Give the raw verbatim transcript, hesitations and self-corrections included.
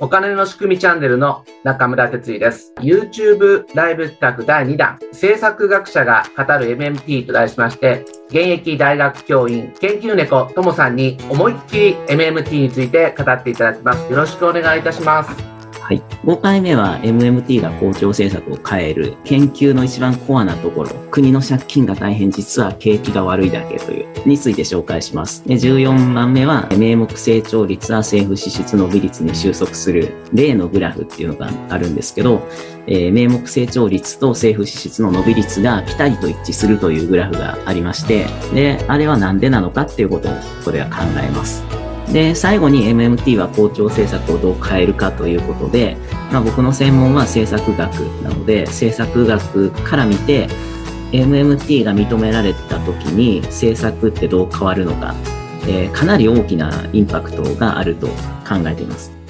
お金の仕組みチャンネルの中村哲也です。YouTube ライブ企画だいにだん、政策学者が語る エムエムティー と題しまして、現役大学教員、研究猫ともさんに思いっきり エムエムティー について語っていただきます。よろしくお願いいたします。 はい。ごかいめは エムエムティー が校長政策を変える研究の一番コアなところ、国の借金が大変実は景気が悪いだけというについて紹介します。でじゅうよんばんめは名目成長率は政府支出伸び率に収束する例のグラフっていうのがあるんですけど、えー、名目成長率と政府支出の伸び率がピタリと一致するというグラフがありまして、で、あれはなんでなのかっていうことをこれは考えます。で、最後に エムエムティー は校長政策をどう変えるかということで、まあ、僕の専門は政策学なので、政策学から見て エムエムティー が認められた時に政策ってどう変わるのか、えー、かなり大きなインパクトがあると考えています。